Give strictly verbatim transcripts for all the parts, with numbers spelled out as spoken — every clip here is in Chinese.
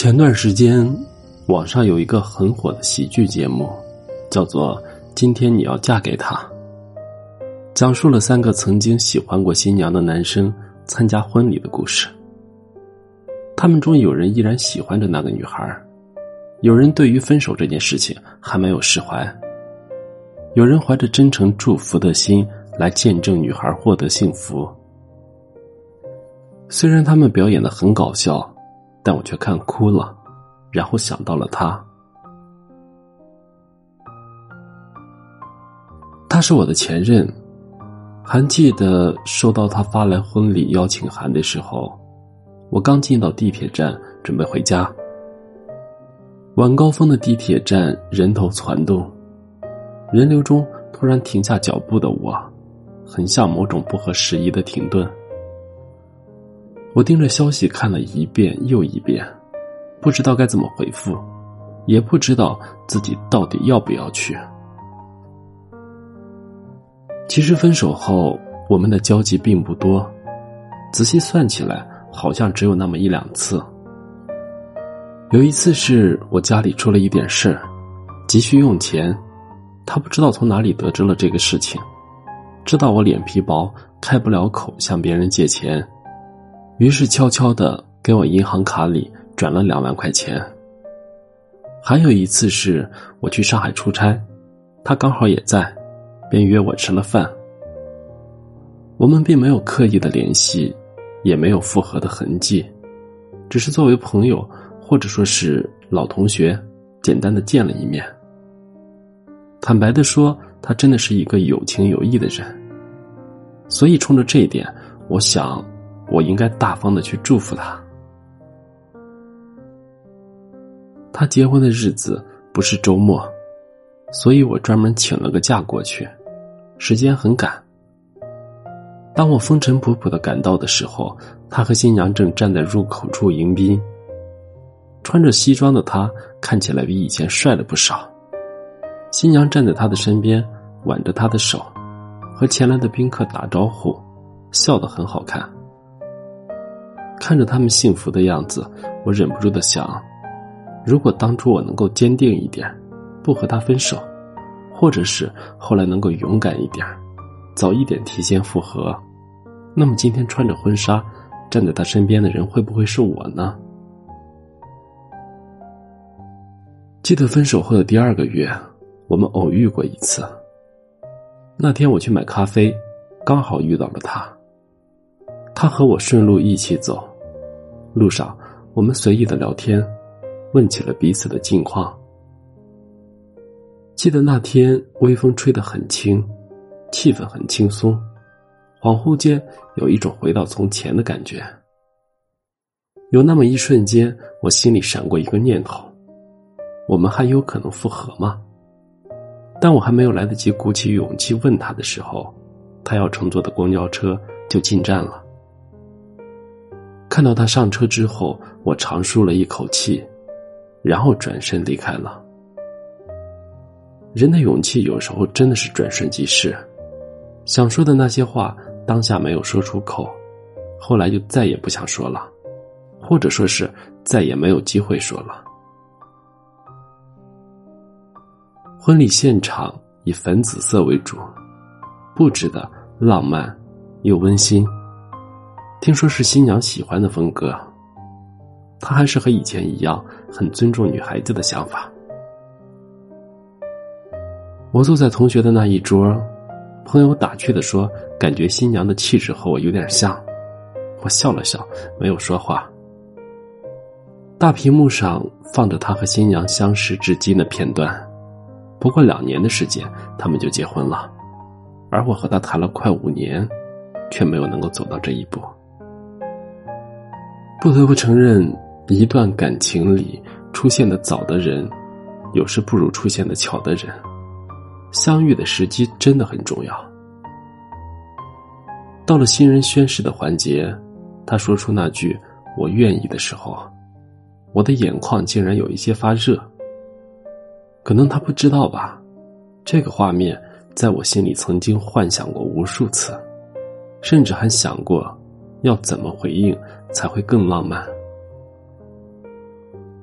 前段时间网上有一个很火的喜剧节目，叫做《今天你要嫁给他》，讲述了三个曾经喜欢过新娘的男生参加婚礼的故事。他们中有人依然喜欢着那个女孩，有人对于分手这件事情还没有释怀，有人怀着真诚祝福的心来见证女孩获得幸福。虽然他们表演得很搞笑，但我却看哭了，然后想到了他。他是我的前任，还记得收到他发来婚礼邀请函的时候，我刚进到地铁站准备回家。晚高峰的地铁站人头攒动，人流中突然停下脚步的我，很像某种不合时宜的停顿。我盯着消息看了一遍又一遍，不知道该怎么回复，也不知道自己到底要不要去。其实分手后我们的交集并不多，仔细算起来好像只有那么一两次。有一次是我家里出了一点事儿，急需用钱，他不知道从哪里得知了这个事情，知道我脸皮薄开不了口向别人借钱，于是悄悄地给我银行卡里转了两万块钱。还有一次是我去上海出差，他刚好也在，便约我吃了饭。我们并没有刻意的联系，也没有复合的痕迹，只是作为朋友或者说是老同学简单的见了一面。坦白地说，他真的是一个有情有义的人，所以冲着这一点，我想我应该大方的去祝福他。他结婚的日子不是周末，所以我专门请了个假过去，时间很赶。当我风尘仆仆地赶到的时候，他和新娘正站在入口处迎宾。穿着西装的他看起来比以前帅了不少，新娘站在他的身边，挽着他的手，和前来的宾客打招呼，笑得很好看。看着他们幸福的样子，我忍不住地想，如果当初我能够坚定一点，不和他分手，或者是后来能够勇敢一点，早一点提前复合，那么今天穿着婚纱站在他身边的人会不会是我呢？记得分手后的第二个月，我们偶遇过一次。那天我去买咖啡，刚好遇到了他。他和我顺路一起走，路上我们随意的聊天，问起了彼此的近况。记得那天微风吹得很轻，气氛很轻松，恍惚间有一种回到从前的感觉。有那么一瞬间，我心里闪过一个念头，我们还有可能复合吗？但我还没有来得及鼓起勇气问他的时候，他要乘坐的公交车就进站了。看到他上车之后，我长舒了一口气，然后转身离开了。人的勇气有时候真的是转瞬即逝，想说的那些话当下没有说出口，后来就再也不想说了，或者说是再也没有机会说了。婚礼现场以粉紫色为主，布置的浪漫又温馨，听说是新娘喜欢的风格。她还是和以前一样很尊重女孩子的想法。我坐在同学的那一桌，朋友打趣地说感觉新娘的气质和我有点像。我笑了笑，没有说话。大屏幕上放着他和新娘相识至今的片段，不过两年的时间他们就结婚了，而我和他谈了快五年，却没有能够走到这一步。不得不承认，一段感情里出现的早的人，有时不如出现的巧的人，相遇的时机真的很重要。到了新人宣誓的环节，他说出那句我愿意的时候，我的眼眶竟然有一些发热。可能他不知道吧，这个画面在我心里曾经幻想过无数次，甚至还想过要怎么回应才会更浪漫。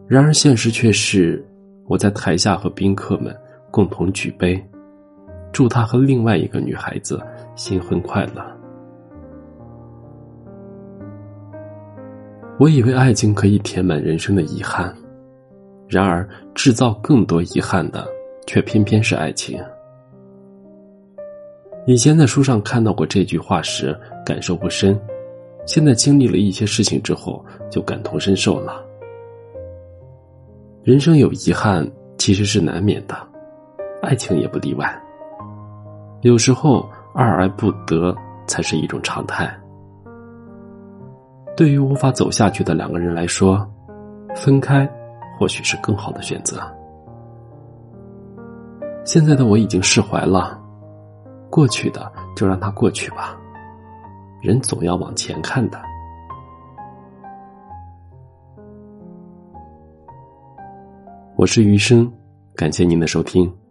然而现实却是，我在台下和宾客们共同举杯，祝他和另外一个女孩子新婚快乐。我以为爱情可以填满人生的遗憾，然而制造更多遗憾的却偏偏是爱情。以前在书上看到过这句话时感受不深，现在经历了一些事情之后就感同身受了。人生有遗憾其实是难免的，爱情也不例外。有时候爱而不得才是一种常态。对于无法走下去的两个人来说，分开或许是更好的选择。现在的我已经释怀了，过去的就让它过去吧，人总要往前看的。我是余生，感谢您的收听。